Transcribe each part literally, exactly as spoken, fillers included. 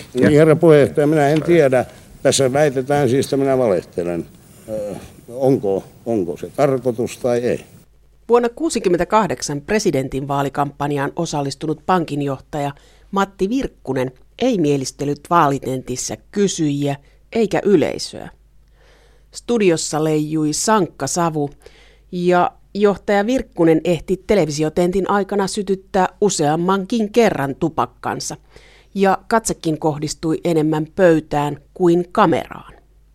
Niin, herra puheenjohtaja, minä en tiedä. Tässä väitetään siis, että minä valehtelen. Ö, onko, onko se tarkoitus tai ei? Vuonna tuhatyhdeksänsataakuusikymmentäkahdeksan presidentin vaalikampanjaan osallistunut pankinjohtaja Matti Virkkunen ei mielistellyt vaalitentissä kysyjiä eikä yleisöä. Studiossa leijui sankka savu ja johtaja Virkkunen ehti televisiotentin aikana sytyttää useammankin kerran tupakkansa ja katsekin kohdistui enemmän pöytään kuin kameraan.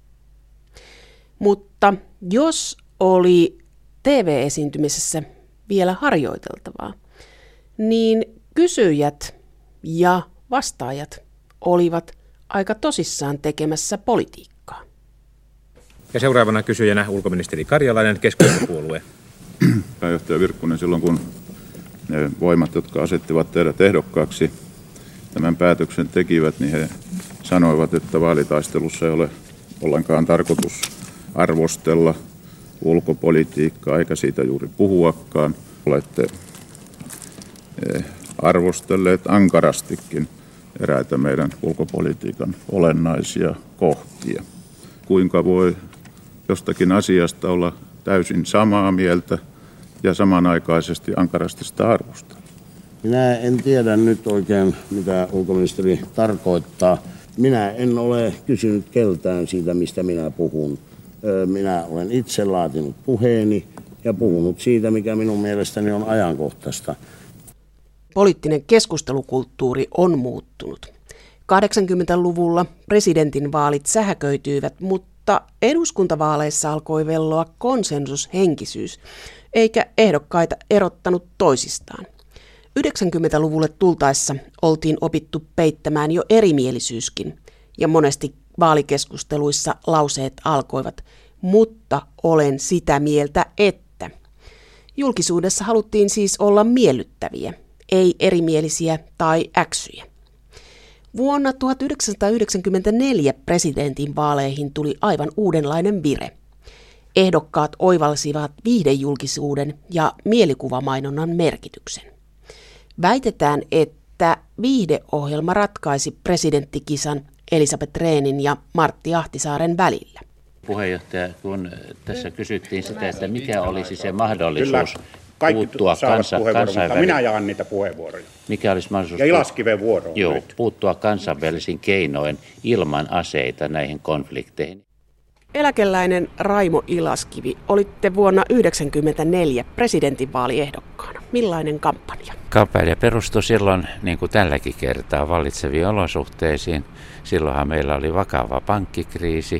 Mutta jos oli T V-esiintymisessä vielä harjoiteltavaa, niin kysyjät ja vastaajat olivat aika tosissaan tekemässä politiikkaa. Ja seuraavana kysyjänä ulkoministeri Karjalainen, Keskustapuolue. Pääjohtaja Virkkunen, silloin kun ne voimat, jotka asettivat teidät ehdokkaaksi, tämän päätöksen tekivät, niin he sanoivat, että vaalitaistelussa ei ole ollenkaan tarkoitus arvostella ulkopolitiikkaa, eikä siitä juuri puhuakaan. Olette arvostelleet ankarastikin eräitä meidän ulkopolitiikan olennaisia kohtia. Kuinka voi jostakin asiasta olla täysin samaa mieltä ja samanaikaisesti ankarasti sitä arvostaa? Minä en tiedä nyt oikein, mitä ulkoministeri tarkoittaa. Minä en ole kysynyt keltään siitä, mistä minä puhun. Minä olen itse laatinut puheeni ja puhunut siitä, mikä minun mielestäni on ajankohtaista. Poliittinen keskustelukulttuuri on muuttunut. kahdeksankymmentäluvulla presidentinvaalit sähköityivät, mutta eduskuntavaaleissa alkoi velloa konsensushenkisyys, eikä ehdokkaita erottanut toisistaan. yhdeksänkymmentäluvulle tultaessa oltiin opittu peittämään jo erimielisyyskin, ja monesti vaalikeskusteluissa lauseet alkoivat, mutta olen sitä mieltä, että. Julkisuudessa haluttiin siis olla miellyttäviä, ei erimielisiä tai äksyjä. Vuonna tuhatyhdeksänsataayhdeksänkymmentäneljä presidentin vaaleihin tuli aivan uudenlainen vire. Ehdokkaat oivalsivat viihdejulkisuuden ja mielikuvamainonnan merkityksen. Väitetään, että viihdeohjelma ratkaisi presidenttikisan Elisabeth Rehnin ja Martti Ahtisaaren välillä. Puheenjohtaja, kun tässä kysyttiin sitä, että mikä olisi se mahdollisuus puuttua kansa, kansainvälisiin... Minä jaan niitä puheenvuoroja. Mikä olisi mahdollisuus... Ja Ilaskiven vuoro on Joo, nyt. puuttua kansainvälisin keinoin ilman aseita näihin konflikteihin. Eläkeläinen Raimo Ilaskivi, olitte vuonna yhdeksänkymmentäneljä presidentinvaaliehdokkaana. Millainen kampanja? Kampanja perustui silloin, niin kuin tälläkin kertaa, vallitseviin olosuhteisiin. Silloinhan meillä oli vakava pankkikriisi,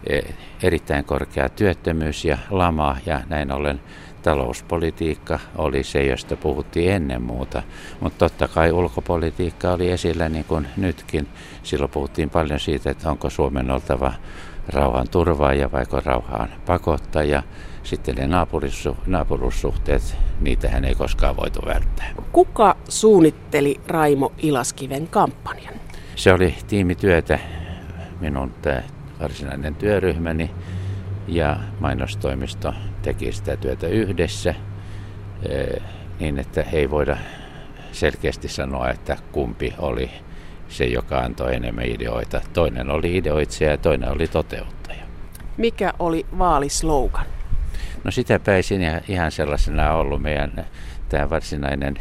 erittäin korkea työttömyys ja lama, ja näin ollen talouspolitiikka oli se, josta puhuttiin ennen muuta. Mutta totta kai ulkopolitiikka oli esillä niin kuin nytkin. Silloin puhuttiin paljon siitä, että onko Suomen oltava rauhan turvaaja vaiko rauhaan pakottaja. Sitten ne naapurussuhteet, niitähän ei koskaan voitu välttää. Kuka suunnitteli Raimo Ilaskiven kampanjan? Se oli tiimityötä, minun tämä varsinainen työryhmäni, ja mainostoimisto teki sitä työtä yhdessä niin, että ei voida selkeästi sanoa, että kumpi oli se, joka antoi enemmän ideoita. Toinen oli ideoitsija ja toinen oli toteuttaja. Mikä oli vaalislogan? No sitäpä ei siinä ihan sellaisena ollut meidän tämä varsinainen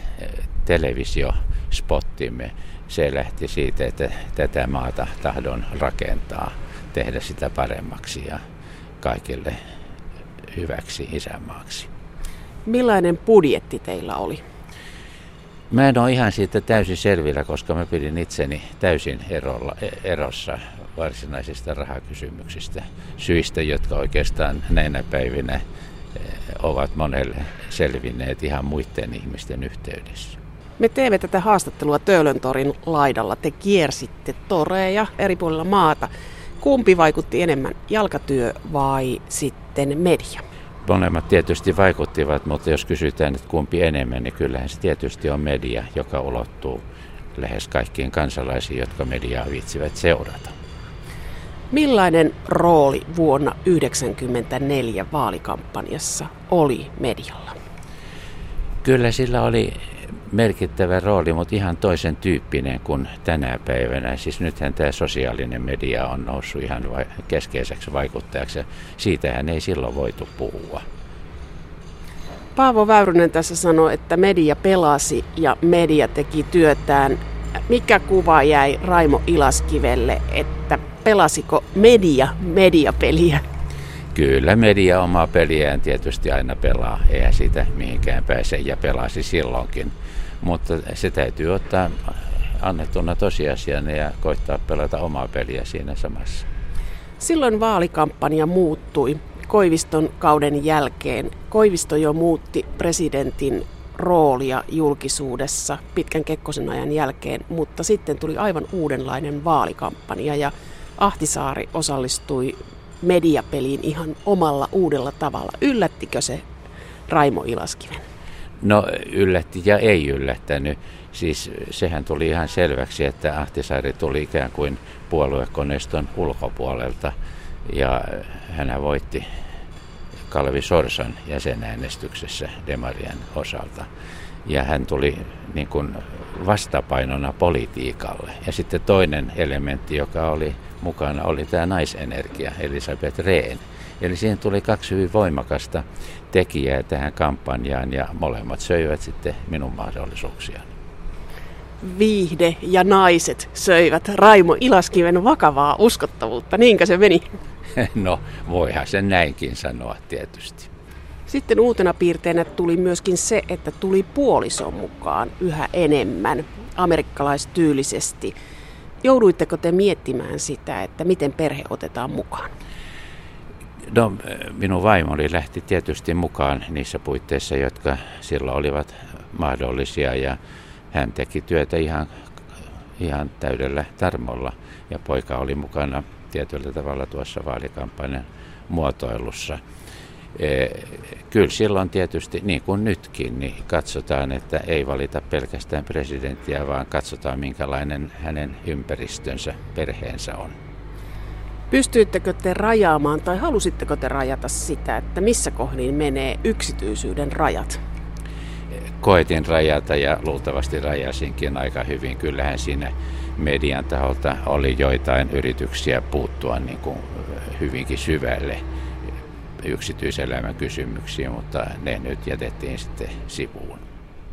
televisiospottimme. Se lähti siitä, että tätä maata tahdon rakentaa, tehdä sitä paremmaksi ja kaikille hyväksi isänmaaksi. Millainen budjetti teillä oli? Mä en ole ihan siitä täysin selvillä, koska mä pidin itseni täysin erolla, erossa varsinaisista rahakysymyksistä, syistä, jotka oikeastaan näinä päivinä ovat monelle selvinneet ihan muiden ihmisten yhteydessä. Me teemme tätä haastattelua Töölöntorin laidalla. Te kiersitte toreja eri puolilla maata. Kumpi vaikutti enemmän, jalkatyö vai sitten media? Molemmat tietysti vaikuttivat, mutta jos kysytään, että kumpi enemmän, niin kyllähän se tietysti on media, joka ulottuu lähes kaikkiin kansalaisiin, jotka mediaa viitsivät seurata. Millainen rooli vuonna yhdeksänkymmentäneljä vaalikampanjassa oli medialla? Kyllä sillä oli merkittävä rooli, mutta ihan toisen tyyppinen kuin tänä päivänä. Siis nythän tämä sosiaalinen media on noussut ihan keskeiseksi vaikuttajaksi, ja siitähän ei silloin voitu puhua. Paavo Väyrynen tässä sanoi, että media pelasi ja media teki työtään. Mikä kuva jäi Raimo Ilaskivelle, että pelasiko media mediapeliä? Kyllä media omaa peliään tietysti aina pelaa, eihän siitä mihinkään pääse ja pelasi silloinkin. Mutta se täytyy ottaa annettuna tosiasiana ja koittaa pelata omaa peliä siinä samassa. Silloin vaalikampanja muuttui Koiviston kauden jälkeen. Koivisto jo muutti presidentin roolia julkisuudessa pitkän Kekkosen ajan jälkeen, mutta sitten tuli aivan uudenlainen vaalikampanja ja Ahtisaari osallistui mediapeliin ihan omalla uudella tavalla. Yllättikö se Raimo Ilaskiven? No yllätti ja ei yllättänyt. Siis sehän tuli ihan selväksi, että Ahtisaari tuli ikään kuin puoluekoneiston ulkopuolelta ja hän voitti Kalevi Sorsan jäsenäänestyksessä Demarien osalta. Ja hän tuli niin kuin vastapainona politiikalle. Ja sitten toinen elementti, joka oli mukana, oli tämä naisenergia, Elisabeth Rehn. Eli siihen tuli kaksi hyvin voimakasta tekijää tähän kampanjaan ja molemmat söivät sitten minun mahdollisuuksiani. Viihde ja naiset söivät Raimo Ilaskiven vakavaa uskottavuutta, niinkö se meni? No, voihan sen näinkin sanoa tietysti. Sitten uutena piirteenä tuli myöskin se, että tuli puolison mukaan yhä enemmän amerikkalaistyylisesti. Jouduitteko te miettimään sitä, että miten perhe otetaan mukaan? No, minun vaimoni lähti tietysti mukaan niissä puitteissa, jotka silloin olivat mahdollisia ja hän teki työtä ihan, ihan täydellä tarmolla ja poika oli mukana tietyllä tavalla tuossa vaalikampanjan muotoilussa. Kyllä silloin tietysti, niin kuin nytkin, niin katsotaan, että ei valita pelkästään presidenttiä, vaan katsotaan minkälainen hänen ympäristönsä, perheensä on. Pystyittekö te rajaamaan tai halusitteko te rajata sitä, että missä kohdin menee yksityisyyden rajat? Koetin rajata ja luultavasti rajasinkin aika hyvin. Kyllähän siinä median taholta oli joitain yrityksiä puuttua niin kuin hyvinkin syvälle yksityiselämän kysymyksiin, mutta ne nyt jätettiin sitten sivuun.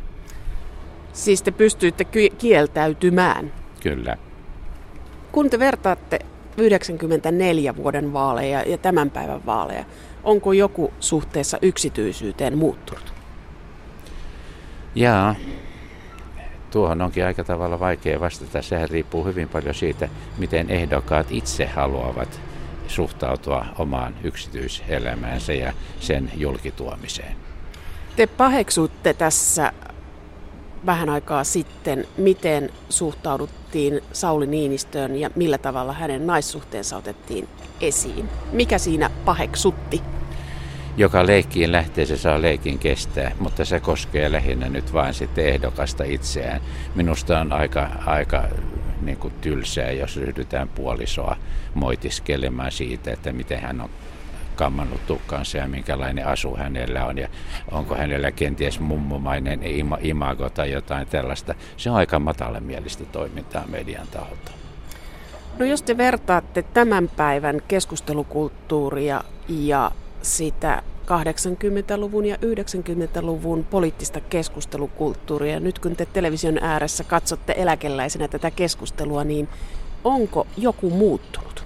Siis te pystyitte kieltäytymään? Kyllä. Kun te vertaatte yhdeksänkymmentäneljä vuoden vaaleja ja tämän päivän vaaleja, onko joku suhteessa yksityisyyteen muuttunut? Jaa, tuohon onkin aika tavalla vaikea vastata. Sehän riippuu hyvin paljon siitä, miten ehdokkaat itse haluavat suhtautua omaan yksityiselämäänsä ja sen julkituomiseen. Te paheksutte tässä vähän aikaa sitten, miten suhtauduttiin Sauli Niinistöön ja millä tavalla hänen naissuhteensa otettiin esiin. Mikä siinä paheksutti? Joka leikkiin lähtee, se saa leikin kestää, mutta se koskee lähinnä nyt vain sitten ehdokasta itseään. Minusta on aika, aika niin kuin tylsää, jos ryhdytään puolisoa moitiskelemaan siitä, että miten hän on kammannut tukkansa ja minkälainen asu hänellä on ja onko hänellä kenties mummomainen ima, imago tai jotain tällaista. Se on aika matalamielistä toimintaa median taholta. No jos te vertaatte tämän päivän keskustelukulttuuria ja sitä kahdeksankymmentäluvun ja yhdeksänkymmentäluvun poliittista keskustelukulttuuria, nyt kun te television ääressä katsotte eläkeläisenä tätä keskustelua, niin onko joku muuttunut?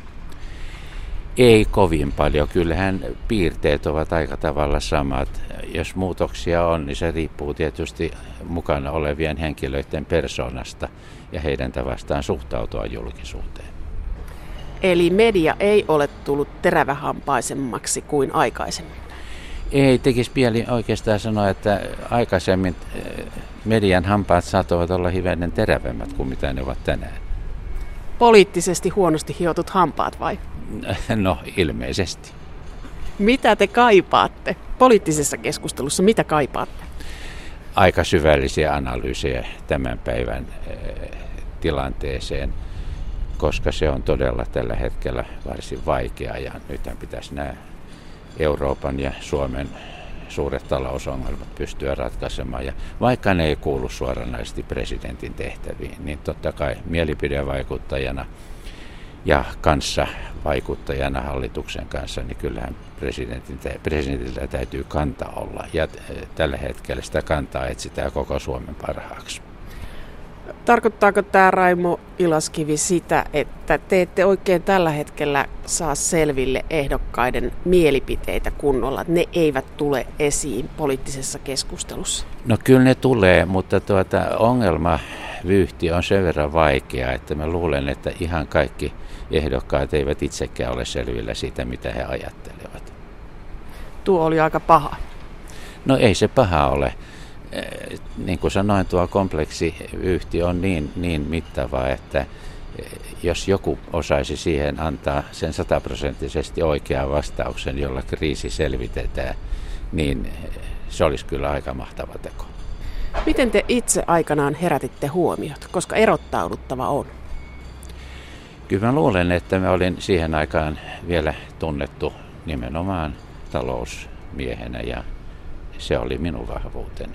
Ei kovin paljon. Kyllähän piirteet ovat aika tavalla samat. Jos muutoksia on, niin se riippuu tietysti mukana olevien henkilöiden persoonasta ja heidän tavastaan suhtautua julkisuuteen. Eli media ei ole tullut terävähampaisemmaksi kuin aikaisemmin? Ei tekisi mieli oikeastaan sanoa, että aikaisemmin median hampaat saattavat olla hivenen terävämmät kuin mitä ne ovat tänään. Poliittisesti huonosti hiotut hampaat vai? No ilmeisesti. Mitä te kaipaatte poliittisessa keskustelussa? Mitä kaipaatte? Aika syvällisiä analyysejä tämän päivän tilanteeseen, koska se on todella tällä hetkellä varsin vaikea ja nythän pitäisi nämä Euroopan ja Suomen suuret talousongelmat pystyä ratkaisemaan. Ja vaikka ne ei kuulu suoranaisesti presidentin tehtäviin, niin totta kai mielipidevaikuttajana ja kanssa vaikuttajana hallituksen kanssa, niin kyllähän presidentin, presidentillä täytyy kanta olla. Ja tällä hetkellä sitä kantaa etsitään koko Suomen parhaaksi. Tarkoittaako tämä, Raimo Ilaskivi, sitä, että te ette oikein tällä hetkellä saa selville ehdokkaiden mielipiteitä kunnolla? Ne eivät tule esiin poliittisessa keskustelussa. No kyllä ne tulee, mutta tuota, ongelmavyyhti on sen verran vaikea, että mä luulen, että ihan kaikki ehdokkaat eivät itsekään ole selvillä siitä, mitä he ajattelevat. Tuo oli aika paha. No ei se paha ole. Niin kuin sanoin, tuo kompleksivyyhti on niin, niin mittava, että jos joku osaisi siihen antaa sen sataprosenttisesti oikean vastauksen, jolla kriisi selvitetään, niin se olisi kyllä aika mahtava teko. Miten te itse aikanaan herätitte huomiot, koska erottauduttava on? Kyllä mä luulen, että mä olin siihen aikaan vielä tunnettu nimenomaan talousmiehenä ja se oli minun vahvuuteni.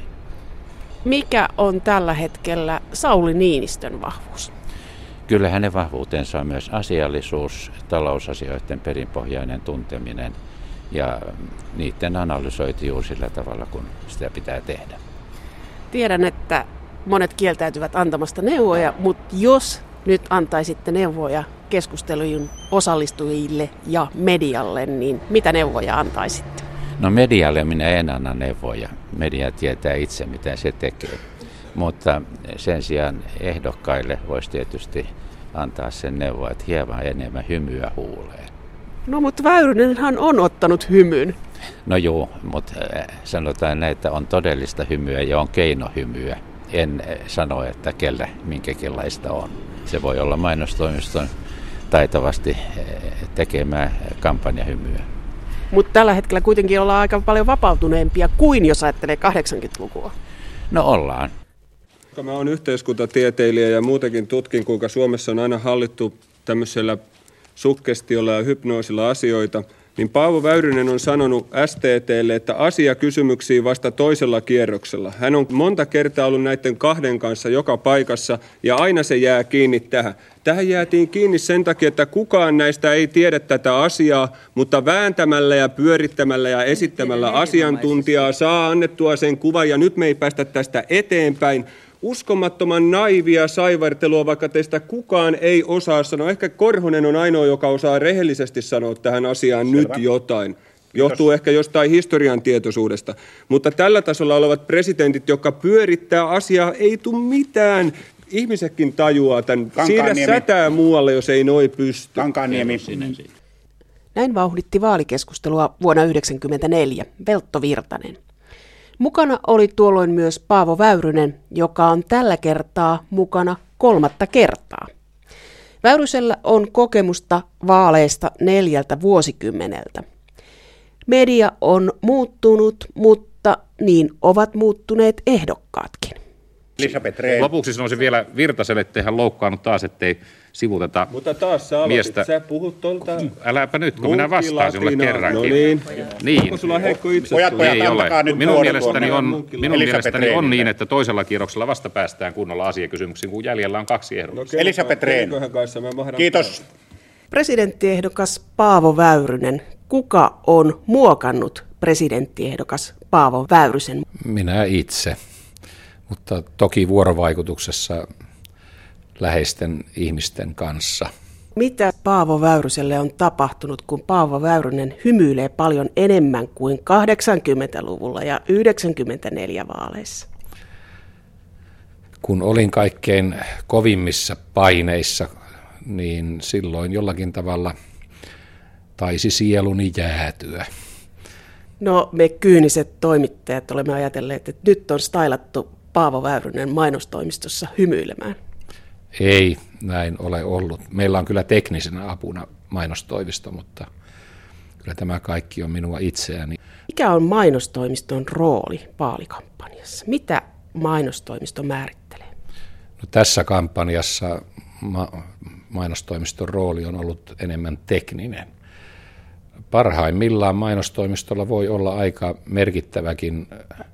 Mikä on tällä hetkellä Sauli Niinistön vahvuus? Kyllä hänen vahvuutensa on myös asiallisuus, talousasioiden perinpohjainen tunteminen ja niiden analysointi juuri sillä tavalla, kun sitä pitää tehdä. Tiedän, että monet kieltäytyvät antamasta neuvoja, mutta jos nyt antaisitte neuvoja keskustelujen osallistujille ja medialle, niin mitä neuvoja antaisitte? No medialle minä en anna neuvoja. Media tietää itse, mitä se tekee. Mutta sen sijaan ehdokkaille voisi tietysti antaa sen neuvoa, että hieman enemmän hymyä huuleen. No mutta Väyrynenhän on ottanut hymyn. No joo, mutta sanotaan näin, että on todellista hymyä ja on keinohymyä. En sano, että kellä minkäkinlaista on. Se voi olla mainostoimiston taitavasti tekemään kampanjahymyä. Mutta tällä hetkellä kuitenkin ollaan aika paljon vapautuneempia kuin jos ajattelee kahdeksankymmentälukua. No ollaan. Mä oon yhteiskuntatieteilijä ja muutenkin tutkin, kuinka Suomessa on aina hallittu tämmöisellä suggestiolla ja hypnoosilla asioita. Niin Paavo Väyrynen on sanonut S T T:lle, että asiakysymyksiin vasta toisella kierroksella. Hän on monta kertaa ollut näiden kahden kanssa joka paikassa ja aina se jää kiinni tähän. Tähän jäätiin kiinni sen takia, että kukaan näistä ei tiedä tätä asiaa, mutta vääntämällä ja pyörittämällä ja esittämällä asiantuntijaa saa annettua sen kuvan ja nyt me ei päästä tästä eteenpäin. Uskomattoman naivia saivartelua, vaikka teistä kukaan ei osaa sanoa. Ehkä Korhonen on ainoa, joka osaa rehellisesti sanoa tähän asiaan Selvä. Nyt jotain. Johtuu Kiitos. Ehkä jostain historian tietoisuudesta. Mutta tällä tasolla olevat presidentit, jotka pyörittää asiaa, ei tule mitään. Ihmisetkin tajuaa tämän. Siirrä sätää muualle, jos ei noi pysty. Kankaanniemi. Näin vauhditti vaalikeskustelua vuonna yhdeksänkymmentäneljä Veltto Virtanen. Mukana oli tuolloin myös Paavo Väyrynen, joka on tällä kertaa mukana kolmatta kertaa. Väyrysellä on kokemusta vaaleista neljältä vuosikymmeneltä. Media on muuttunut, mutta niin ovat muuttuneet ehdokkaatkin. Lopuksi sanoisin vielä Virtaselle, ettei hän loukkaannut taas, ettei sivuteta Mutta taas sä aloitit, miestä. Sä puhut tuolta... Äläpä nyt, kun minä vastaan sinulle kerrankin. No niin. niin. Onko sulla heikko itse? Pojat, pojat, ei ole. Nyt minun mielestäni, on, minun mielestäni on niin, Reenille. että toisella kierroksella vasta päästään kunnolla asiakysymyksiin, kun jäljellä on kaksi ehdotusta. No, Elisabeth Rehn. Kiitos. Presidenttiehdokas Paavo Väyrynen. Kuka on muokannut presidenttiehdokas Paavo Väyrysen? Minä itse, mutta toki vuorovaikutuksessa läheisten ihmisten kanssa. Mitä Paavo Väyryselle on tapahtunut, kun Paavo Väyrynen hymyilee paljon enemmän kuin kahdeksankymmentäluvulla ja yhdeksänkymmentäneljä vaaleissa? Kun olin kaikkein kovimmissa paineissa, niin silloin jollakin tavalla taisi sieluni jäätyä. No me kyyniset toimittajat olemme ajatelleet, että nyt on stylattu Paavo Väyrynen mainostoimistossa hymyilemään. Ei näin ole ollut. Meillä on kyllä teknisenä apuna mainostoimisto, mutta kyllä tämä kaikki on minua itseäni. Mikä on mainostoimiston rooli vaalikampanjassa? Mitä mainostoimisto määrittelee? No, tässä kampanjassa ma- mainostoimiston rooli on ollut enemmän tekninen. Parhaimmillaan mainostoimistolla voi olla aika merkittäväkin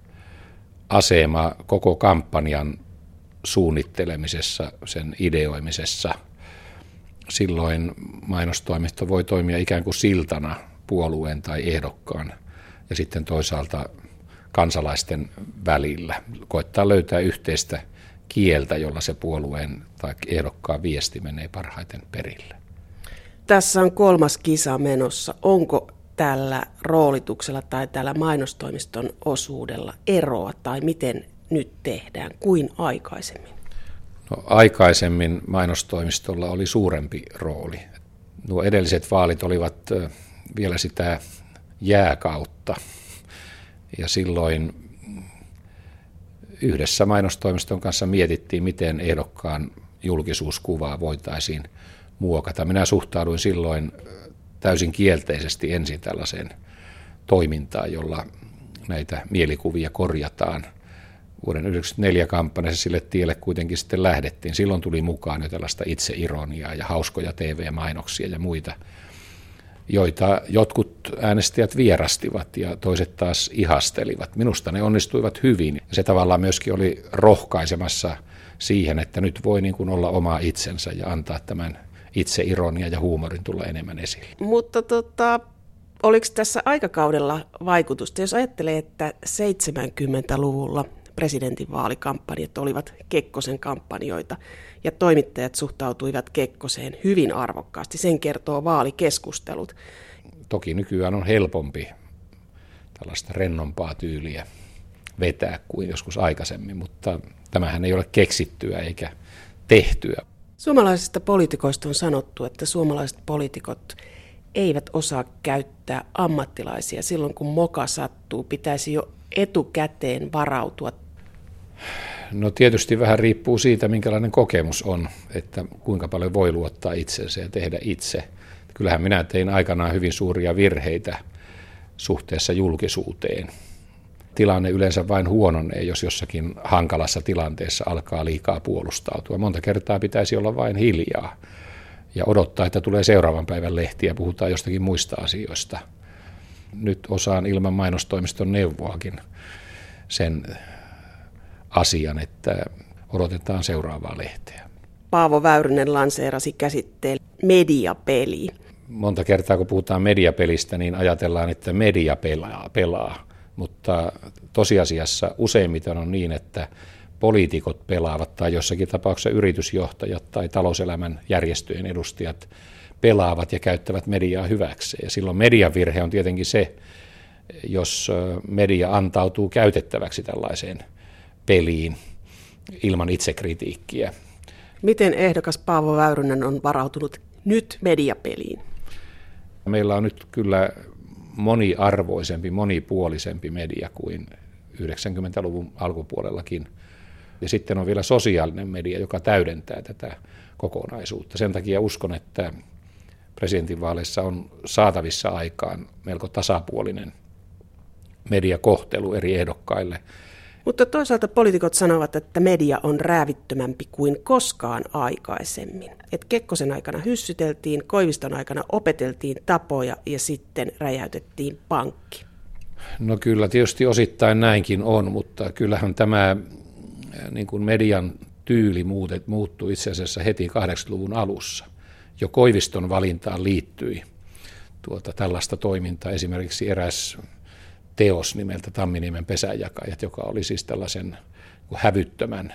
asema koko kampanjan suunnittelemisessa, sen ideoimisessa. Silloin mainostoimisto voi toimia ikään kuin siltana puolueen tai ehdokkaan ja sitten toisaalta kansalaisten välillä. Koittaa löytää yhteistä kieltä, jolla se puolueen tai ehdokkaan viesti menee parhaiten perille. Tässä on kolmas kisa menossa. Onko tällä roolituksella tai tällä mainostoimiston osuudella eroa tai miten nyt tehdään kuin aikaisemmin? No, aikaisemmin mainostoimistolla oli suurempi rooli. Nuo edelliset vaalit olivat vielä sitä jääkautta ja silloin yhdessä mainostoimiston kanssa mietittiin, miten ehdokkaan julkisuuskuvaa voitaisiin muokata. Minä suhtauduin silloin täysin kielteisesti ensin tällaiseen toimintaan, jolla näitä mielikuvia korjataan. Vuoden yhdeksänkymmentäneljä kampanjassa sille tielle kuitenkin sitten lähdettiin. Silloin tuli mukaan jo tällaista itseironiaa ja hauskoja T V-mainoksia ja muita, joita jotkut äänestäjät vierastivat ja toiset taas ihastelivat. Minusta ne onnistuivat hyvin. Se tavallaan myöskin oli rohkaisemassa siihen, että nyt voi niin kuin olla oma itsensä ja antaa tämän itseironia ja huumorin tulla enemmän esille. Mutta tota, oliko tässä aikakaudella vaikutusta? Jos ajattelee, että seitsemänkymmentäluvulla presidentinvaalikampanjat olivat Kekkosen kampanjoita ja toimittajat suhtautuivat Kekkoseen hyvin arvokkaasti. Sen kertoo vaalikeskustelut. Toki nykyään on helpompi tällaista rennompaa tyyliä vetää kuin joskus aikaisemmin, mutta tämähän ei ole keksittyä eikä tehtyä. Suomalaisista poliitikoista on sanottu, että suomalaiset poliitikot eivät osaa käyttää ammattilaisia. Silloin kun moka sattuu, pitäisi jo etukäteen varautua. No tietysti vähän riippuu siitä, minkälainen kokemus on, että kuinka paljon voi luottaa itsensä ja tehdä itse. Kyllähän minä tein aikanaan hyvin suuria virheitä suhteessa julkisuuteen. Tilanne yleensä vain huononee, jos jossakin hankalassa tilanteessa alkaa liikaa puolustautua. Monta kertaa pitäisi olla vain hiljaa ja odottaa, että tulee seuraavan päivän lehti ja puhutaan jostakin muista asioista. Nyt osaan ilman mainostoimiston neuvoakin sen asian, että odotetaan seuraavaa lehteä. Paavo Väyrynen lanseerasi käsitteen mediapeli. Monta kertaa kun puhutaan mediapelistä, niin ajatellaan, että media pelaa, pelaa. Mutta tosiasiassa useimmiten on niin, että poliitikot pelaavat tai jossakin tapauksessa yritysjohtajat tai talouselämän järjestöjen edustajat pelaavat ja käyttävät mediaa hyväkseen. Ja silloin median virhe on tietenkin se, jos media antautuu käytettäväksi tällaiseen peliin ilman itsekritiikkiä. Miten ehdokas Paavo Väyrynen on varautunut nyt mediapeliin? Meillä on nyt kyllä moniarvoisempi, monipuolisempi media kuin yhdeksänkymmentäluvun alkupuolellakin. Ja sitten on vielä sosiaalinen media, joka täydentää tätä kokonaisuutta. Sen takia uskon, että presidentinvaaleissa on saatavissa aikaan melko tasapuolinen mediakohtelu eri ehdokkaille. Mutta toisaalta poliitikot sanovat, että media on räävittömämpi kuin koskaan aikaisemmin. Et Kekkosen aikana hyssyteltiin, Koiviston aikana opeteltiin tapoja ja sitten räjäytettiin pankki. No kyllä tietysti osittain näinkin on, mutta kyllähän tämä niin kuin median tyyli muutet, muuttui itse asiassa heti kahdeksankymmentäluvun alussa. Jo Koiviston valintaan liittyi tuota, tällaista toimintaa, esimerkiksi eräs teos nimeltä Tamminiemen pesänjakajat, joka oli siis tällaisen hävyttömän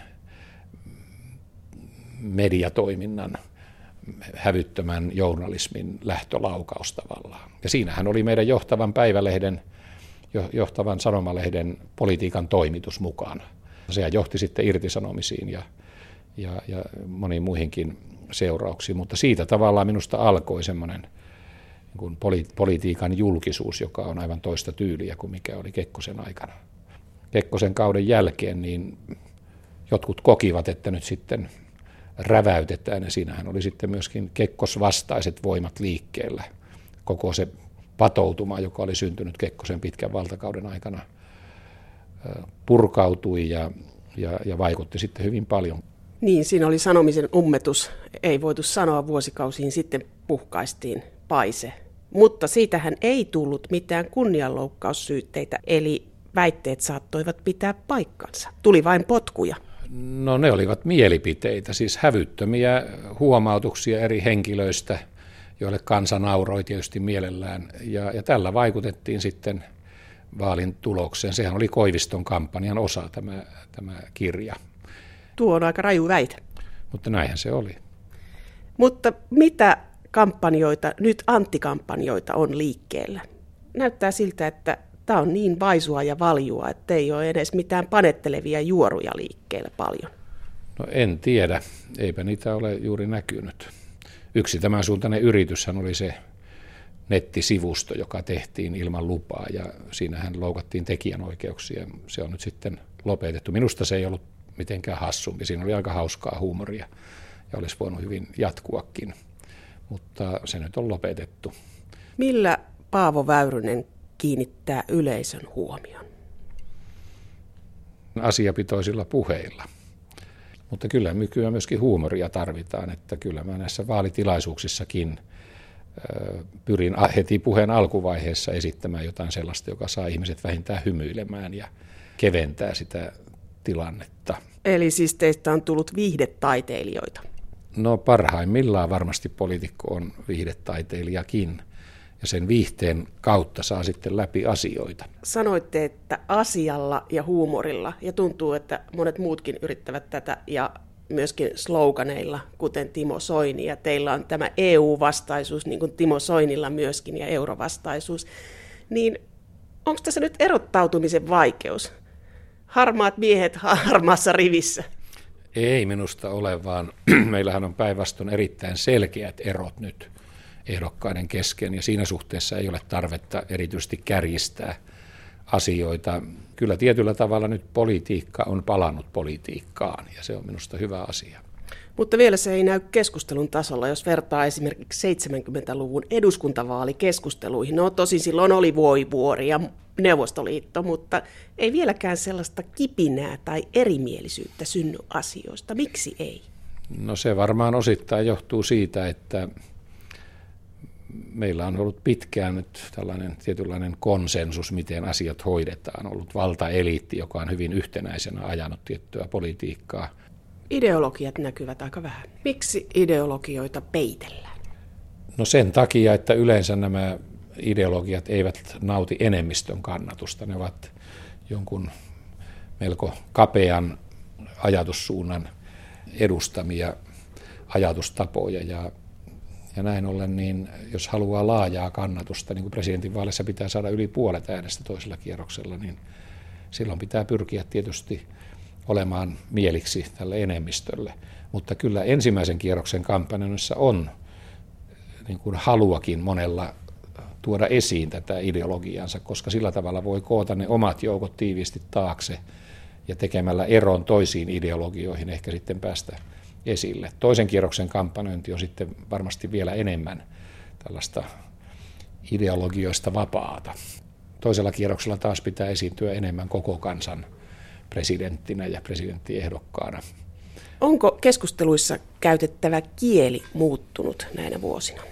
mediatoiminnan, hävyttömän journalismin lähtölaukaus tavallaan. Ja siinähän oli meidän johtavan päivälehden, johtavan sanomalehden politiikan toimitus mukana. Se johti sitten irtisanomisiin ja, ja, ja moniin muihinkin seurauksiin, mutta siitä tavallaan minusta alkoi semmoinen niin kuin politiikan julkisuus, joka on aivan toista tyyliä kuin mikä oli Kekkosen aikana. Kekkosen kauden jälkeen niin jotkut kokivat, että nyt sitten räväytetään, ja siinähän oli sitten myöskin kekkosvastaiset voimat liikkeellä. Koko se patoutuma, joka oli syntynyt Kekkosen pitkän valtakauden aikana, purkautui ja, ja, ja vaikutti sitten hyvin paljon. Niin, siinä oli sanomisen ummetus. Ei voitu sanoa vuosikausiin, sitten puhkaistiin paise Mutta siitähän ei tullut mitään kunnianloukkaussyytteitä, eli väitteet saattoivat pitää paikkansa. Tuli vain potkuja. No ne olivat mielipiteitä, siis hävyttömiä huomautuksia eri henkilöistä, joille kansa nauroi tietysti mielellään. Ja, ja tällä vaikutettiin sitten vaalin tulokseen. Sehän oli Koiviston kampanjan osa tämä, tämä kirja. Tuo on aika raju väite. Mutta näinhän se oli. Mutta mitä kampanjoita, nyt antikampanjoita on liikkeellä? Näyttää siltä, että tämä on niin vaisua ja valjua, että ei ole edes mitään panettelevia juoruja liikkeellä paljon. No en tiedä, eipä niitä ole juuri näkynyt. Yksi tämän suuntainen yrityshän oli se nettisivusto, joka tehtiin ilman lupaa ja siinähän loukattiin tekijänoikeuksia. Se on nyt sitten lopetettu. Minusta se ei ollut mitenkään hassumpi. Siinä oli aika hauskaa huumoria ja olisi voinut hyvin jatkuakin, mutta se nyt on lopetettu. Millä Paavo Väyrynen kiinnittää yleisön huomion? Asiapitoisilla puheilla. Mutta kyllä nykyään myöskin huumoria tarvitaan, että kyllä mä näissä vaalitilaisuuksissakin pyrin heti puheen alkuvaiheessa esittämään jotain sellaista, joka saa ihmiset vähintään hymyilemään ja keventää sitä tilannetta. Eli siis teistä on tullut viihdetaiteilijoita? No parhaimmillaan varmasti poliitikko on viihdetaiteilijakin. Ja sen viihteen kautta saa sitten läpi asioita. Sanoitte, että asialla ja huumorilla, ja tuntuu, että monet muutkin yrittävät tätä, ja myöskin sloganeilla, kuten Timo Soini, ja teillä on tämä E U-vastaisuus, niin kuin Timo Soinilla myöskin, ja eurovastaisuus. Niin onko tässä nyt erottautumisen vaikeus? Harmaat miehet harmaassa rivissä. Ei minusta ole, vaan meillähän on päinvastoin erittäin selkeät erot nyt ehdokkaiden kesken, ja siinä suhteessa ei ole tarvetta erityisesti kärjistää asioita. Kyllä tietyllä tavalla nyt politiikka on palannut politiikkaan, ja se on minusta hyvä asia. Mutta vielä se ei näy keskustelun tasolla, jos vertaa esimerkiksi seitsemänkymmentäluvun eduskuntavaalikeskusteluihin. No tosin silloin oli Voivuori ja Neuvostoliitto, mutta ei vieläkään sellaista kipinää tai erimielisyyttä synny asioista. Miksi ei? No se varmaan osittain johtuu siitä, että meillä on ollut pitkään nyt tällainen tietynlainen konsensus, miten asiat hoidetaan. On ollut valtaeliitti, joka on hyvin yhtenäisenä ajanut tiettyä politiikkaa. Ideologiat näkyvät aika vähän. Miksi ideologioita peitellään? No sen takia, että yleensä nämä ideologiat eivät nauti enemmistön kannatusta. Ne ovat jonkun melko kapean ajatussuunnan edustamia ajatustapoja ja Ja näin ollen, niin jos haluaa laajaa kannatusta, niin kuin presidentinvaaleissa pitää saada yli puolet äänestä toisella kierroksella, niin silloin pitää pyrkiä tietysti olemaan mieliksi tälle enemmistölle. Mutta kyllä ensimmäisen kierroksen kampanjoissa on niin kuin haluakin monella tuoda esiin tätä ideologiansa, koska sillä tavalla voi koota ne omat joukot tiiviisti taakse ja tekemällä eron toisiin ideologioihin ehkä sitten päästä esille. Toisen kierroksen kampanjointi on sitten varmasti vielä enemmän tällaista ideologioista vapaata. Toisella kierroksella taas pitää esiintyä enemmän koko kansan presidenttinä ja presidenttiehdokkaana. Onko keskusteluissa käytettävä kieli muuttunut näinä vuosina?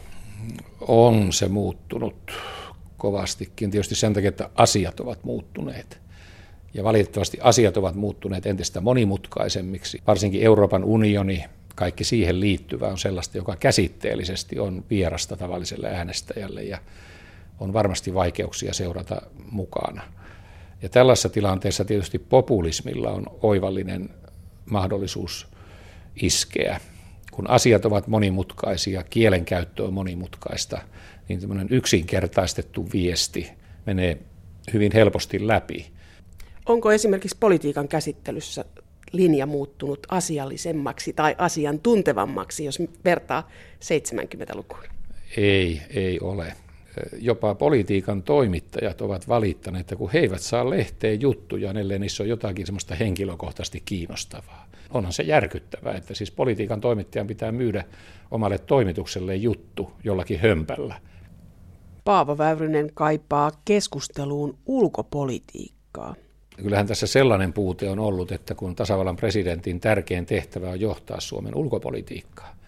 On se muuttunut kovastikin. Tietysti sen takia, että asiat ovat muuttuneet. Ja valitettavasti asiat ovat muuttuneet entistä monimutkaisemmiksi. Varsinkin Euroopan unioni, kaikki siihen liittyvä on sellaista, joka käsitteellisesti on vierasta tavalliselle äänestäjälle ja on varmasti vaikeuksia seurata mukana. Ja tällaisessa tilanteessa tietysti populismilla on oivallinen mahdollisuus iskeä. Kun asiat ovat monimutkaisia, kielenkäyttö on monimutkaista, niin tämmöinen yksinkertaistettu viesti menee hyvin helposti läpi. Onko esimerkiksi politiikan käsittelyssä linja muuttunut asiallisemmaksi tai asiantuntevammaksi, jos vertaa seitsemänkymmentälukuun? Ei, ei ole. Jopa politiikan toimittajat ovat valittaneet, että kun he eivät saa lehteen juttuja, ellei niissä on jotakin semmoista henkilökohtaisesti kiinnostavaa. Onhan se järkyttävää, että siis politiikan toimittajan pitää myydä omalle toimitukselle juttu jollakin hömpällä. Paavo Väyrynen kaipaa keskusteluun ulkopolitiikkaa. Kyllähän tässä sellainen puute on ollut, että kun tasavallan presidentin tärkein tehtävä on johtaa Suomen ulkopolitiikkaa,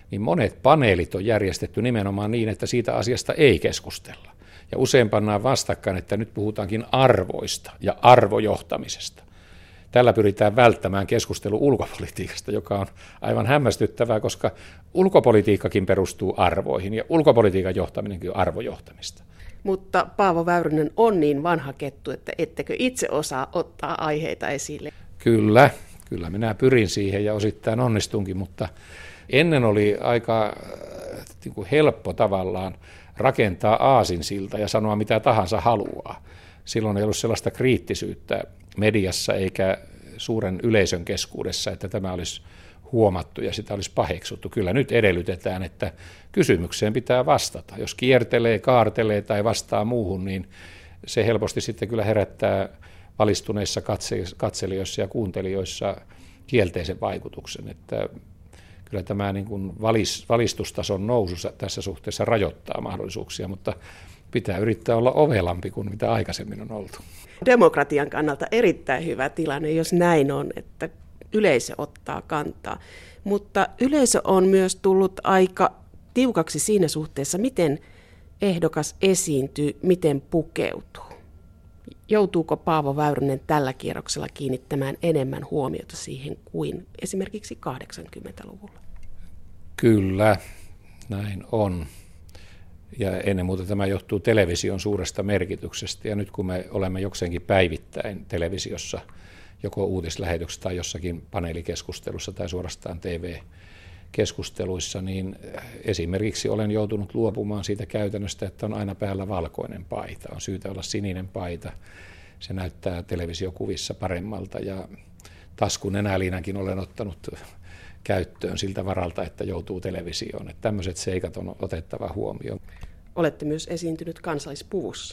niin monet paneelit on järjestetty nimenomaan niin, että siitä asiasta ei keskustella. Ja usein pannaan vastakkain, että nyt puhutaankin arvoista ja arvojohtamisesta. Tällä pyritään välttämään keskustelu ulkopolitiikasta, joka on aivan hämmästyttävää, koska ulkopolitiikkakin perustuu arvoihin ja ulkopolitiikan johtaminenkin on arvojohtamista. Mutta Paavo Väyrynen on niin vanha kettu, että ettekö itse osaa ottaa aiheita esille? Kyllä, kyllä minä pyrin siihen ja osittain onnistunkin, mutta ennen oli aika niin kuin helppo tavallaan rakentaa aasinsilta ja sanoa mitä tahansa haluaa. Silloin ei ollut sellaista kriittisyyttä mediassa eikä suuren yleisön keskuudessa, että tämä olisi huomattu ja sitä olisi paheksuttu. Kyllä nyt edellytetään, että kysymykseen pitää vastata. Jos kiertelee, kaartelee tai vastaa muuhun, niin se helposti sitten kyllä herättää valistuneissa katselijoissa ja kuuntelijoissa kielteisen vaikutuksen. Että kyllä tämä niin kuin valistustason nousu tässä suhteessa rajoittaa mahdollisuuksia, mutta pitää yrittää olla ovelampi kuin mitä aikaisemmin on oltu. Demokratian kannalta erittäin hyvä tilanne, jos näin on, että yleisö ottaa kantaa. Mutta yleisö on myös tullut aika tiukaksi siinä suhteessa, miten ehdokas esiintyy, miten pukeutuu. Joutuuko Paavo Väyrynen tällä kierroksella kiinnittämään enemmän huomiota siihen kuin esimerkiksi kahdeksankymmentäluvulla? Kyllä, näin on. Ja ennen muuta tämä johtuu television suuresta merkityksestä. Ja nyt kun me olemme jokseenkin päivittäin televisiossa, joko uutislähetyksessä tai jossakin paneelikeskustelussa tai suorastaan T V-keskusteluissa, niin esimerkiksi olen joutunut luopumaan siitä käytännöstä, että on aina päällä valkoinen paita. On syytä olla sininen paita. Se näyttää televisiokuvissa paremmalta ja taskun nenäliinänkin olen ottanut käyttöön siltä varalta, että joutuu televisioon. Että tämmöiset seikat on otettava huomioon. Olette myös esiintynyt kansallispuvussa.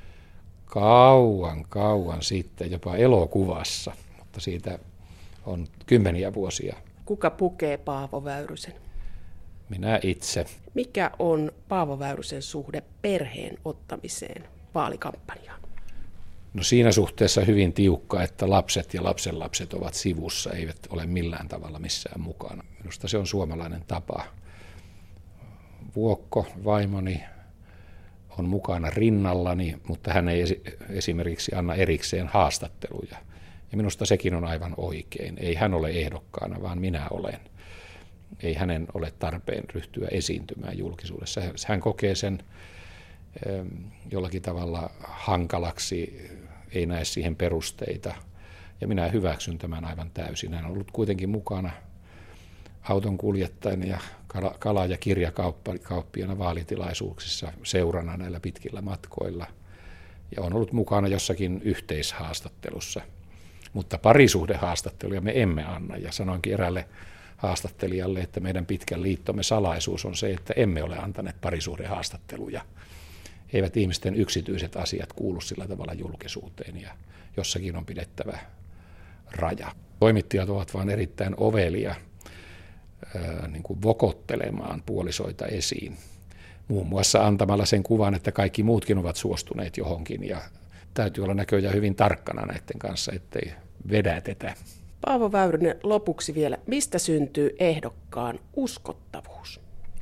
Kauan, kauan sitten, jopa elokuvassa, mutta siitä on kymmeniä vuosia. Kuka pukee Paavo Väyrysen? Minä itse. Mikä on Paavo Väyrysen suhde perheen ottamiseen vaalikampanjaan? No siinä suhteessa hyvin tiukka, että lapset ja lapsenlapset ovat sivussa, eivät ole millään tavalla missään mukana. Minusta se on suomalainen tapa. Vuokko, vaimoni, on mukana rinnallani, mutta hän ei esimerkiksi anna erikseen haastatteluja. Ja minusta sekin on aivan oikein. Ei hän ole ehdokkaana, vaan minä olen. Ei hänen ole tarpeen ryhtyä esiintymään julkisuudessa. Hän kokee sen jollakin tavalla hankalaksi, ei näe siihen perusteita. Ja minä hyväksyn tämän aivan täysin. Hän on ollut kuitenkin mukana auton kuljettajana ja kala- ja kirjakauppiana vaalitilaisuuksissa seurana näillä pitkillä matkoilla. Ja on ollut mukana jossakin yhteishaastattelussa. Mutta parisuhdehaastatteluja me emme anna. Ja sanoinkin eräälle haastattelijalle, että meidän pitkän liittomme salaisuus on se, että emme ole antaneet parisuhdehaastatteluja. Eivät ihmisten yksityiset asiat kuulu sillä tavalla julkisuuteen ja jossakin on pidettävä raja. Toimittajat ovat vain erittäin ovelia ää, niin kuin vokottelemaan puolisoita esiin. Muun muassa antamalla sen kuvan, että kaikki muutkin ovat suostuneet johonkin ja täytyy olla näköjään hyvin tarkkana näiden kanssa, ettei vedätetä. Paavo Väyrynen, lopuksi vielä, mistä syntyy ehdokkaan uskottavuus?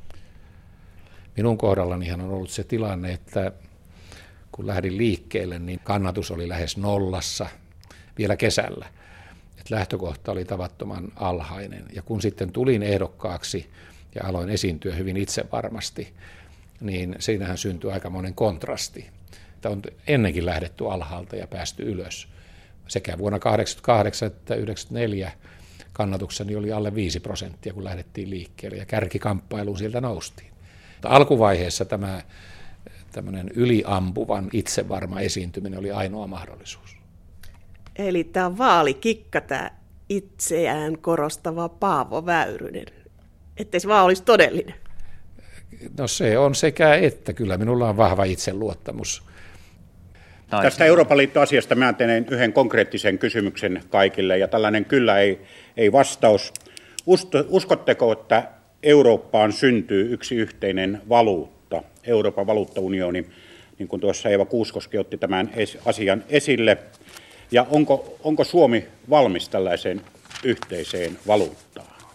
Minun kohdallanihan on ollut se tilanne, että kun lähdin liikkeelle, niin kannatus oli lähes nollassa vielä kesällä. Et lähtökohta oli tavattoman alhainen. Ja kun sitten tulin ehdokkaaksi ja aloin esiintyä hyvin itsevarmasti, niin siinähän syntyi aikamoinen kontrasti. Että on ennenkin lähdetty alhaalta ja päästy ylös. Sekä vuonna kahdeksankymmentäkahdeksan että yhdeksänkymmentäneljä kannatukseni oli alle viisi prosenttia, kun lähdettiin liikkeelle ja kärkikamppailuun sieltä noustiin. Mutta alkuvaiheessa tämä tämmöinen yliampuvan itsevarma esiintyminen oli ainoa mahdollisuus. Eli tämä on vaalikikka, tämä itseään korostava Paavo Väyrynen, ettei se vaan olisi todellinen. No se on sekä että, kyllä minulla on vahva itseluottamus. Tästä Euroopan liittoasiasta mä teen yhden konkreettisen kysymyksen kaikille, ja tällainen kyllä ei, ei vastaus. Uskotteko, että Eurooppaan syntyy yksi yhteinen valuutta, Euroopan valuuttaunioni, niin kuin tuossa Eeva Kuuskoski otti tämän asian esille, ja onko, onko Suomi valmis tällaiseen yhteiseen valuuttaan?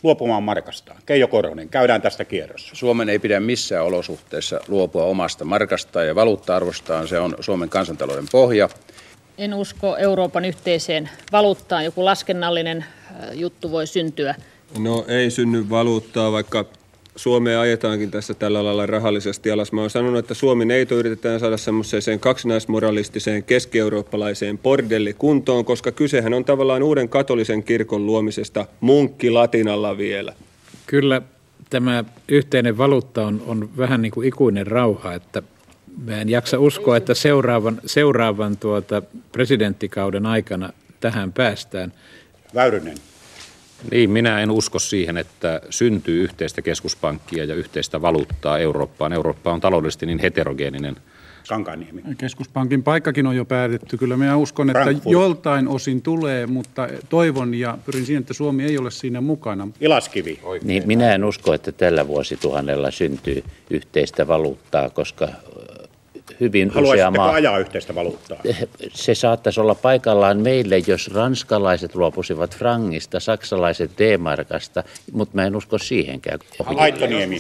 luopumaan markastaan? Keijo Korhonen, käydään tästä kierrossa. Suomen ei pidä missään olosuhteissa luopua omasta markastaan ja valuutta-arvostaan. Se on Suomen kansantalouden pohja. En usko Euroopan yhteiseen valuuttaan. Joku laskennallinen juttu voi syntyä. No ei synny valuuttaa, vaikka Suomea ajetaankin tässä tällä lailla rahallisesti alas. Mä oon sanonut, että Suomi neito yritetään saada semmoiseen kaksinaismoralistiseen keski-eurooppalaiseen bordellikuntoon, koska kysehän on tavallaan uuden katolisen kirkon luomisesta munkki-latinalla vielä. Kyllä tämä yhteinen valuutta on, on vähän niin kuin ikuinen rauha, että mä en jaksa uskoa, että seuraavan, seuraavan tuota presidenttikauden aikana tähän päästään. Väyrynen. Niin, minä en usko siihen, että syntyy yhteistä keskuspankkia ja yhteistä valuuttaa Eurooppaan. Eurooppa on taloudellisesti niin heterogeeninen. Kankaanniemi. Keskuspankin paikkakin on jo päätetty. Kyllä minä uskon, että Frankfurt. Joltain osin tulee, mutta toivon ja pyrin siihen, että Suomi ei ole siinä mukana. Ilaskivi. Niin, minä en usko, että tällä vuosituhannella syntyy yhteistä valuuttaa, koska hyvin usea maa... ajaa yhteistä valuuttaa? Se saattaisi olla paikallaan meille, jos ranskalaiset luopuisivat frangista, saksalaiset D-markasta, mutta mä en usko siihenkään. Laittoniemi.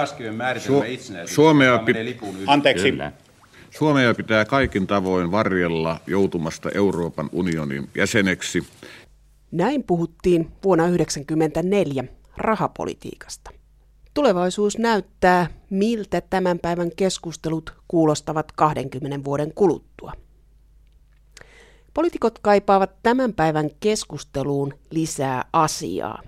Su- Suomea, pit- Anteeksi. Suomea pitää kaikin tavoin varjella joutumasta Euroopan unionin jäseneksi. Näin puhuttiin vuonna yhdeksänkymmentäneljä rahapolitiikasta. Tulevaisuus näyttää, miltä tämän päivän keskustelut kuulostavat kahdenkymmenen vuoden kuluttua. Poliitikot kaipaavat tämän päivän keskusteluun lisää asiaa,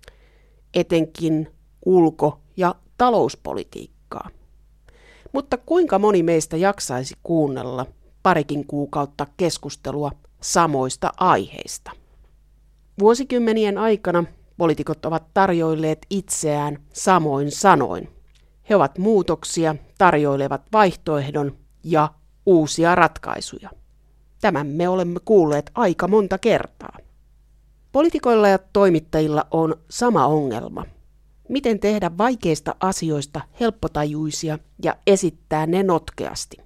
etenkin ulko- ja talouspolitiikkaa. Mutta kuinka moni meistä jaksaisi kuunnella parikin kuukautta keskustelua samoista aiheista? Vuosikymmenien aikana poliitikot ovat tarjoilleet itseään samoin sanoin. He ovat muutoksia, tarjoilevat vaihtoehdon ja uusia ratkaisuja. Tämän me olemme kuulleet aika monta kertaa. Poliitikoilla ja toimittajilla on sama ongelma. Miten tehdä vaikeista asioista helppotajuisia ja esittää ne notkeasti?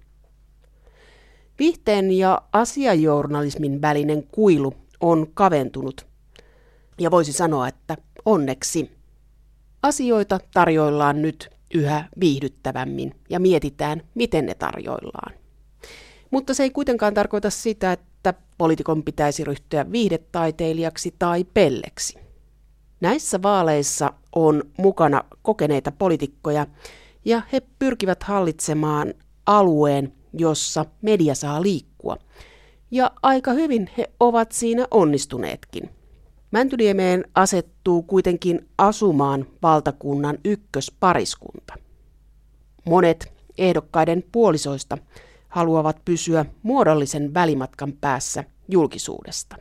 Viihteen ja asiajournalismin välinen kuilu on kaventunut. Ja voisi sanoa, että onneksi. Asioita tarjoillaan nyt yhä viihdyttävämmin ja mietitään, miten ne tarjoillaan. Mutta se ei kuitenkaan tarkoita sitä, että poliitikon pitäisi ryhtyä viihdetaiteilijaksi tai pelleksi. Näissä vaaleissa on mukana kokeneita poliitikkoja ja he pyrkivät hallitsemaan alueen, jossa media saa liikkua. Ja aika hyvin he ovat siinä onnistuneetkin. Mäntyniemeen asettuu kuitenkin asumaan valtakunnan ykköspariskunta. Monet ehdokkaiden puolisoista haluavat pysyä muodollisen välimatkan päässä julkisuudesta.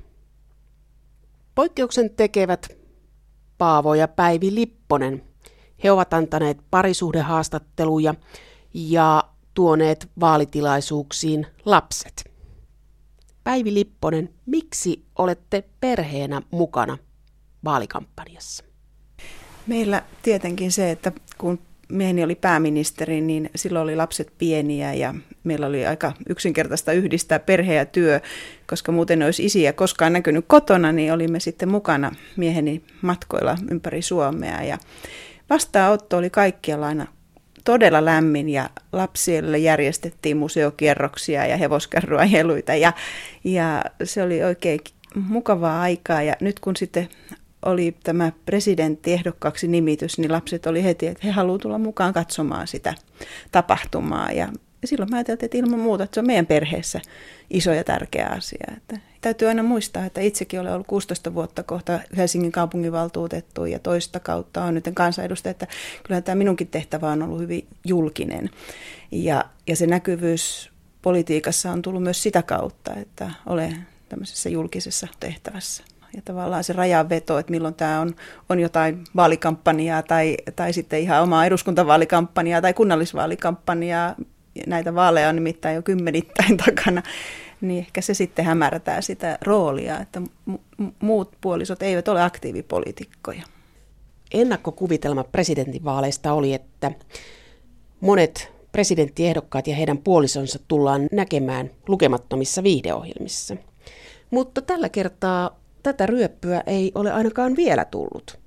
Poikkeuksen tekevät Paavo ja Päivi Lipponen. He ovat antaneet parisuhdehaastatteluja ja tuoneet vaalitilaisuuksiin lapset. Päivi Lipponen, miksi olette perheenä mukana vaalikampanjassa? Meillä tietenkin se, että kun mieheni oli pääministeri, niin silloin oli lapset pieniä ja meillä oli aika yksinkertaista yhdistää perhe ja työ, koska muuten olisi isiä koskaan näkynyt kotona, niin olimme sitten mukana mieheni matkoilla ympäri Suomea. Ja vastaanotto oli kaikkialla aina todella lämmin ja lapsille järjestettiin museokierroksia ja hevoskärryajeluita ja, ja se oli oikein mukavaa aikaa. Ja nyt kun sitten oli tämä presidenttiehdokkaaksi nimitys, niin lapset oli heti, että he haluavat tulla mukaan katsomaan sitä tapahtumaa. Ja silloin mä ajattelin, että ilman muuta, että se on meidän perheessä iso ja tärkeä asia. Että täytyy aina muistaa, että itsekin olen ollut kuusitoista vuotta kohta Helsingin kaupunginvaltuutettu ja toista kautta on nyt kansanedustaja, että kyllähän tämä minunkin tehtävä on ollut hyvin julkinen. Ja, ja se näkyvyys politiikassa on tullut myös sitä kautta, että olen tämmöisessä julkisessa tehtävässä. Ja tavallaan se rajanveto, että milloin tämä on, on jotain vaalikampanjaa tai, tai sitten ihan omaa eduskuntavaalikampanjaa tai kunnallisvaalikampanjaa. Näitä vaaleja on nimittäin jo kymmenittäin takana, niin ehkä se sitten hämärtää sitä roolia, että mu- muut puolisot eivät ole aktiivipoliitikkoja. Ennakkokuvitelma presidentinvaaleista oli, että monet presidenttiehdokkaat ja heidän puolisonsa tullaan näkemään lukemattomissa viihdeohjelmissa. Mutta tällä kertaa tätä ryöppyä ei ole ainakaan vielä tullut.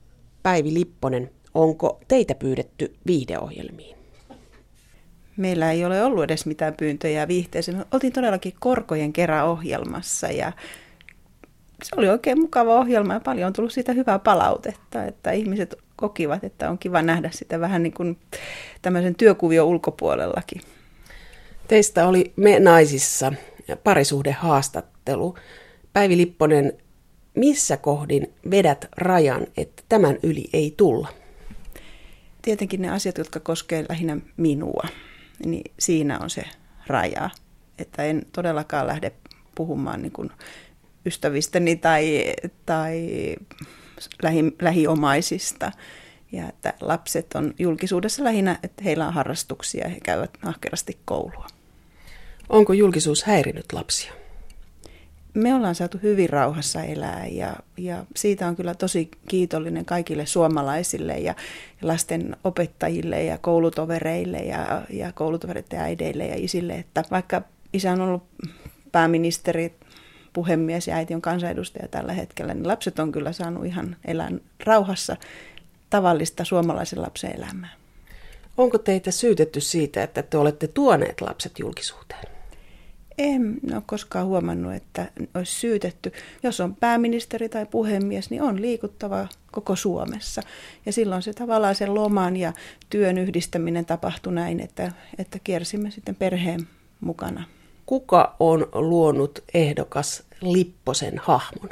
Päivi Lipponen, onko teitä pyydetty viihdeohjelmiin? Meillä ei ole ollut edes mitään pyyntöjä viihteeseen. Oltiin todellakin Korkojen kera -ohjelmassa ja se oli oikein mukava ohjelma ja paljon on tullut siitä hyvää palautetta, että ihmiset kokivat, että on kiva nähdä sitä vähän niin kuin tämmöisen työkuvion ulkopuolellakin. Teistä oli Me naisissa parisuhdehaastattelu. Päivi Lipponen, missä kohdin vedät rajan, että tämän yli ei tulla? Tietenkin ne asiat, jotka koskevat lähinnä minua, niin siinä on se raja. Että en todellakaan lähde puhumaan niin kuin ystävistäni tai, tai lähi, lähiomaisista. Ja että lapset on julkisuudessa lähinnä, että heillä on harrastuksia ja he käyvät ahkerasti koulua. Onko julkisuus häirinyt lapsia? Me ollaan saatu hyvin rauhassa elää ja, ja siitä on kyllä tosi kiitollinen kaikille suomalaisille ja lasten opettajille ja koulutovereille ja, ja koulutovereiden äideille ja isille, että vaikka isä on ollut pääministeri, puhemies ja äiti on kansanedustaja tällä hetkellä, niin lapset on kyllä saanut ihan elää rauhassa tavallista suomalaisen lapsen elämää. Onko teitä syytetty siitä, että te olette tuoneet lapset julkisuuteen? En ole koskaan huomannut, että olisi syytetty. Jos on pääministeri tai puhemies, niin on liikuttava koko Suomessa. Ja silloin se tavallaan sen loman ja työn yhdistäminen tapahtui näin, että, että kiersimme sitten perheen mukana. Kuka on luonut ehdokas Lipposen hahmon?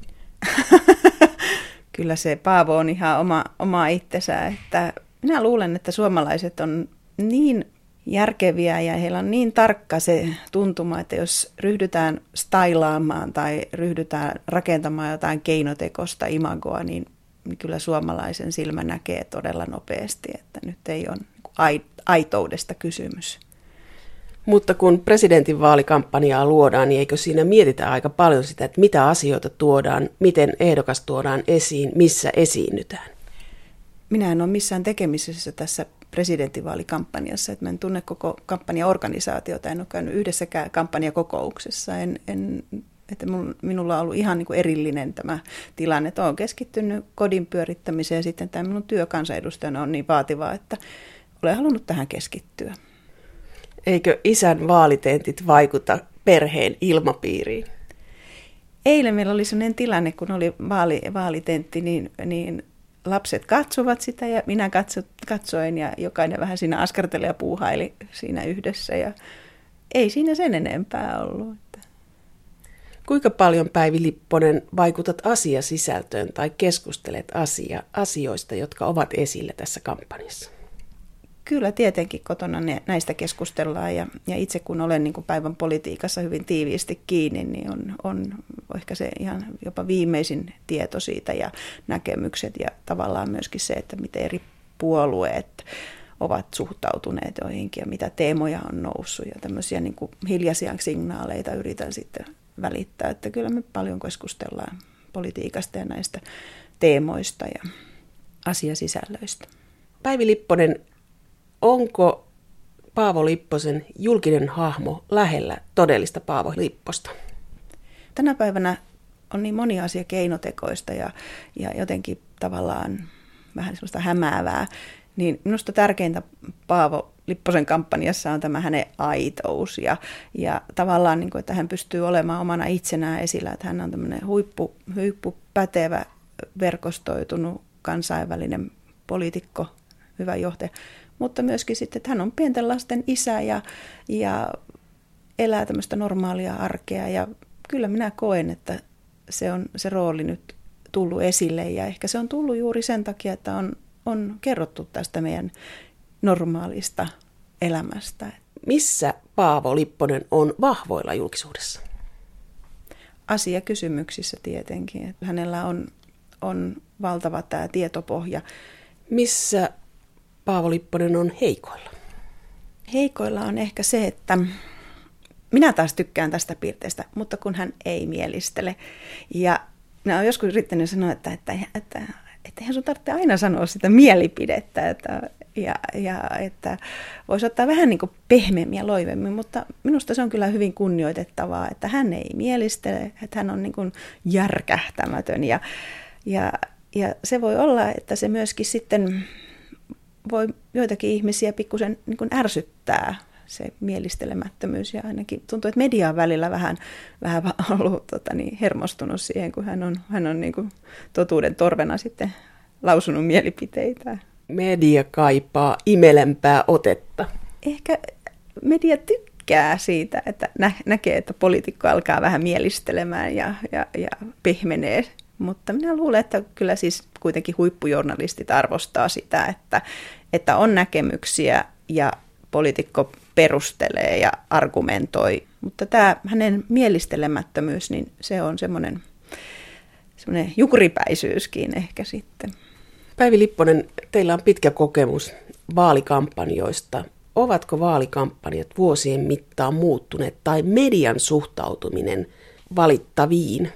Kyllä se Paavo on ihan oma, oma itsensä. Että minä luulen, että suomalaiset on niin järkeviä ja heillä on niin tarkka se tuntuma, että jos ryhdytään stailaamaan tai ryhdytään rakentamaan jotain keinotekoista imagoa, niin, niin kyllä suomalaisen silmä näkee todella nopeasti, että nyt ei ole aitoudesta kysymys. Mutta kun presidentinvaalikampanjaa luodaan, niin eikö siinä mietitä aika paljon sitä, että mitä asioita tuodaan, miten ehdokas tuodaan esiin, missä esiinnytään? Minä en ole missään tekemisessä tässä presidentinvaalikampanjassa, että mä en tunne koko kampanjaorganisaatiota, en ole käynyt yhdessäkään kampanjakokouksessa, en, en, että minulla on ollut ihan niin kuin erillinen tämä tilanne, että olen keskittynyt kodin pyörittämiseen ja sitten tämä minun työ kansanedustajana on niin vaativaa, että olen halunnut tähän keskittyä. Eikö isän vaalitentit vaikuta perheen ilmapiiriin? Eilen meillä oli sellainen tilanne, kun oli vaali, vaalitentti, niin, niin lapset katsovat sitä ja minä katso, katsoin ja jokainen vähän siinä askarteli ja puuhaili siinä yhdessä ja ei siinä sen enempää ollut. Kuinka paljon, Päivi Lipponen, vaikutat asiasisältöön tai keskustelet asia, asioista, jotka ovat esillä tässä kampanjassa? Kyllä tietenkin kotona näistä keskustellaan ja, ja itse kun olen niin kuin päivän politiikassa hyvin tiiviisti kiinni, niin on, on ehkä se ihan jopa viimeisin tieto siitä ja näkemykset ja tavallaan myöskin se, että miten eri puolueet ovat suhtautuneet joihinkin ja mitä teemoja on noussut ja tämmöisiä niin kuin hiljaisia signaaleita yritän sitten välittää, että kyllä me paljon keskustellaan politiikasta ja näistä teemoista ja asiasisällöistä. Päivi Lipponen, onko Paavo Lipposen julkinen hahmo lähellä todellista Paavo Lipposta? Tänä päivänä on niin moni asia keinotekoista ja, ja jotenkin tavallaan vähän sellaista hämäävää, niin minusta tärkeintä Paavo Lipposen kampanjassa on tämä hänen aitous ja, ja tavallaan, niin kuin, että hän pystyy olemaan omana itsenään esillä, että hän on tämmöinen huippu, huippupätevä, verkostoitunut kansainvälinen poliitikko, hyvä johtaja, mutta myöskin sitten, että hän on pienten lasten isä ja, ja elää tämmöistä normaalia arkea ja kyllä minä koen, että se on se rooli nyt tullut esille ja ehkä se on tullut juuri sen takia, että on, on kerrottu tästä meidän normaalista elämästä. Missä Paavo Lipponen on vahvoilla julkisuudessa? Asiakysymyksissä tietenkin. Hänellä on, on valtava tämä tietopohja. Missä Paavo Lipponen on heikoilla? Heikoilla on ehkä se, että minä taas tykkään tästä piirteestä, mutta kun hän ei mielistele. Ja minä olen joskus yrittänyt sanoa, että, että, että, että, että eihän sun tarvitse aina sanoa sitä mielipidettä, että, ja, ja että voisi ottaa vähän niin kuin pehmeämmin ja loivemmin, mutta minusta se on kyllä hyvin kunnioitettavaa, että hän ei mielistele, että hän on niin kuin järkähtämätön ja, ja Ja se voi olla, että se myöskin sitten voi joitakin ihmisiä pikkusen niin kuin ärsyttää, se mielistelemättömyys. Ja ainakin tuntuu, että media on välillä vähän, vähän ollut tota, niin, hermostunut siihen, kun hän on, hän on niin kuin totuuden torvena sitten lausunut mielipiteitä. Media kaipaa imelempää otetta. Ehkä media tykkää siitä, että nä- näkee, että poliitikko alkaa vähän mielistelemään ja, ja, ja pehmenee. Mutta minä luulen, että kyllä siis kuitenkin huippujournalistit arvostaa sitä, että, että on näkemyksiä ja poliitikko perustelee ja argumentoi. Mutta tämä hänen mielistelemättömyys, niin se on semmoinen, semmoinen jukripäisyyskin ehkä sitten. Päivi Lipponen, teillä on pitkä kokemus vaalikampanjoista. Ovatko vaalikampanjat vuosien mittaan muuttuneet tai median suhtautuminen valittaviin?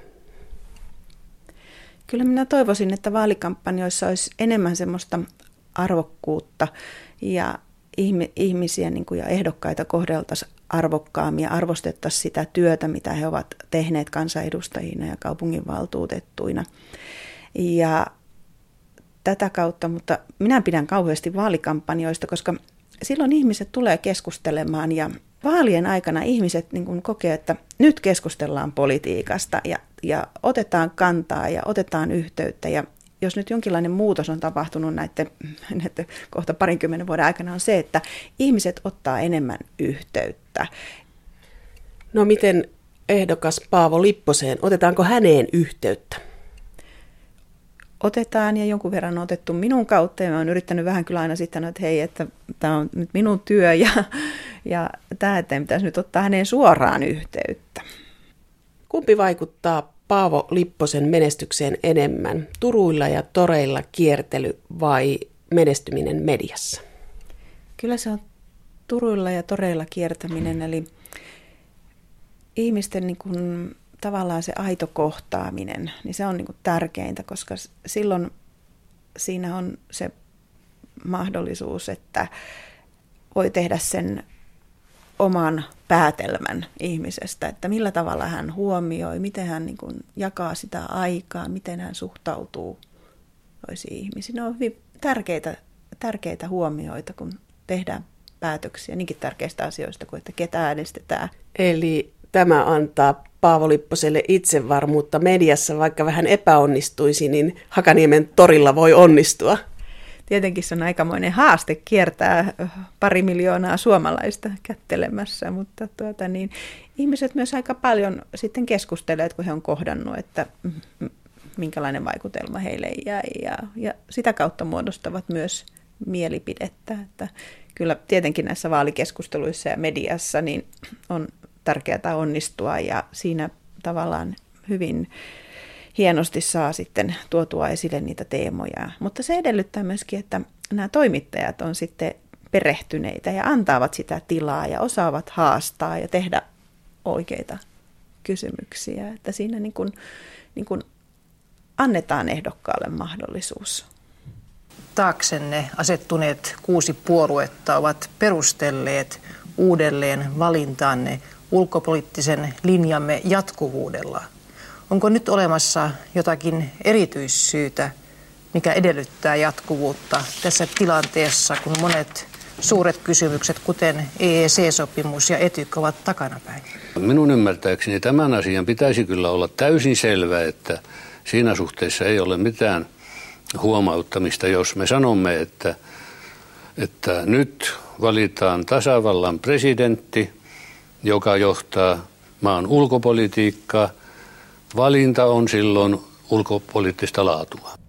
Kyllä minä toivoisin, että vaalikampanjoissa olisi enemmän semmoista arvokkuutta ja ihmisiä niin kuin ja ehdokkaita kohdeltaisiin arvokkaammin ja arvostettaisiin sitä työtä, mitä he ovat tehneet kansanedustajina ja kaupunginvaltuutettuina. Ja tätä kautta, mutta minä pidän kauheasti vaalikampanjoista, koska silloin ihmiset tulee keskustelemaan ja vaalien aikana ihmiset niin kuin kokee, että nyt keskustellaan politiikasta ja, ja otetaan kantaa ja otetaan yhteyttä. Ja jos nyt jonkinlainen muutos on tapahtunut näiden, näiden kohta parinkymmenen vuoden aikana on se, että ihmiset ottaa enemmän yhteyttä. No miten ehdokas Paavo Lipposeen, otetaanko häneen yhteyttä? Otetaan ja jonkun verran on otettu minun kautta ja mä oon yrittänyt vähän kyllä aina sitten, että hei, että tämä on nyt minun työ ja, ja tämä, että pitäisi nyt ottaa häneen suoraan yhteyttä. Kumpi vaikuttaa Paavo Lipposen menestykseen enemmän, turuilla ja toreilla kiertely vai menestyminen mediassa? Kyllä se on turuilla ja toreilla kiertäminen, eli ihmisten niin kuin tavallaan se aito kohtaaminen, niin se on niin kuin tärkeintä, koska silloin siinä on se mahdollisuus, että voi tehdä sen oman päätelmän ihmisestä, että millä tavalla hän huomioi, miten hän niin kuin jakaa sitä aikaa, miten hän suhtautuu toisiin ihmisiin. Ne on hyvin tärkeitä, tärkeitä huomioita, kun tehdään päätöksiä niinkin tärkeistä asioista kuin, että ketä äänestetään. Eli tämä antaa Paavo Lipposelle itsevarmuutta mediassa, vaikka vähän epäonnistuisi, niin Hakaniemen torilla voi onnistua. Tietenkin se on aikamoinen haaste kiertää pari miljoonaa suomalaista kättelemässä, mutta tuota niin, ihmiset myös aika paljon sitten keskustelevat, kun he on kohdannut, että minkälainen vaikutelma heille jäi ja, ja sitä kautta muodostavat myös mielipidettä. Että kyllä tietenkin näissä vaalikeskusteluissa ja mediassa niin on tärkeää onnistua ja siinä tavallaan hyvin hienosti saa sitten tuotua esille niitä teemoja. Mutta se edellyttää myöskin, että nämä toimittajat on sitten perehtyneitä ja antavat sitä tilaa ja osaavat haastaa ja tehdä oikeita kysymyksiä. Että siinä niin kuin, niin kuin annetaan ehdokkaalle mahdollisuus. Taaksenne asettuneet kuusi puoluetta ovat perustelleet uudelleen valintaanne ulkopoliittisen linjamme jatkuvuudella. Onko nyt olemassa jotakin erityissyytä, mikä edellyttää jatkuvuutta tässä tilanteessa, kun monet suuret kysymykset, kuten E E C-sopimus ja etyk, ovat takanapäin? Minun ymmärtääkseni tämän asian pitäisi kyllä olla täysin selvä, että siinä suhteessa ei ole mitään huomauttamista, jos me sanomme, että, että nyt valitaan tasavallan presidentti, joka johtaa maan ulkopolitiikkaa. Valinta on silloin ulkopoliittista laatua.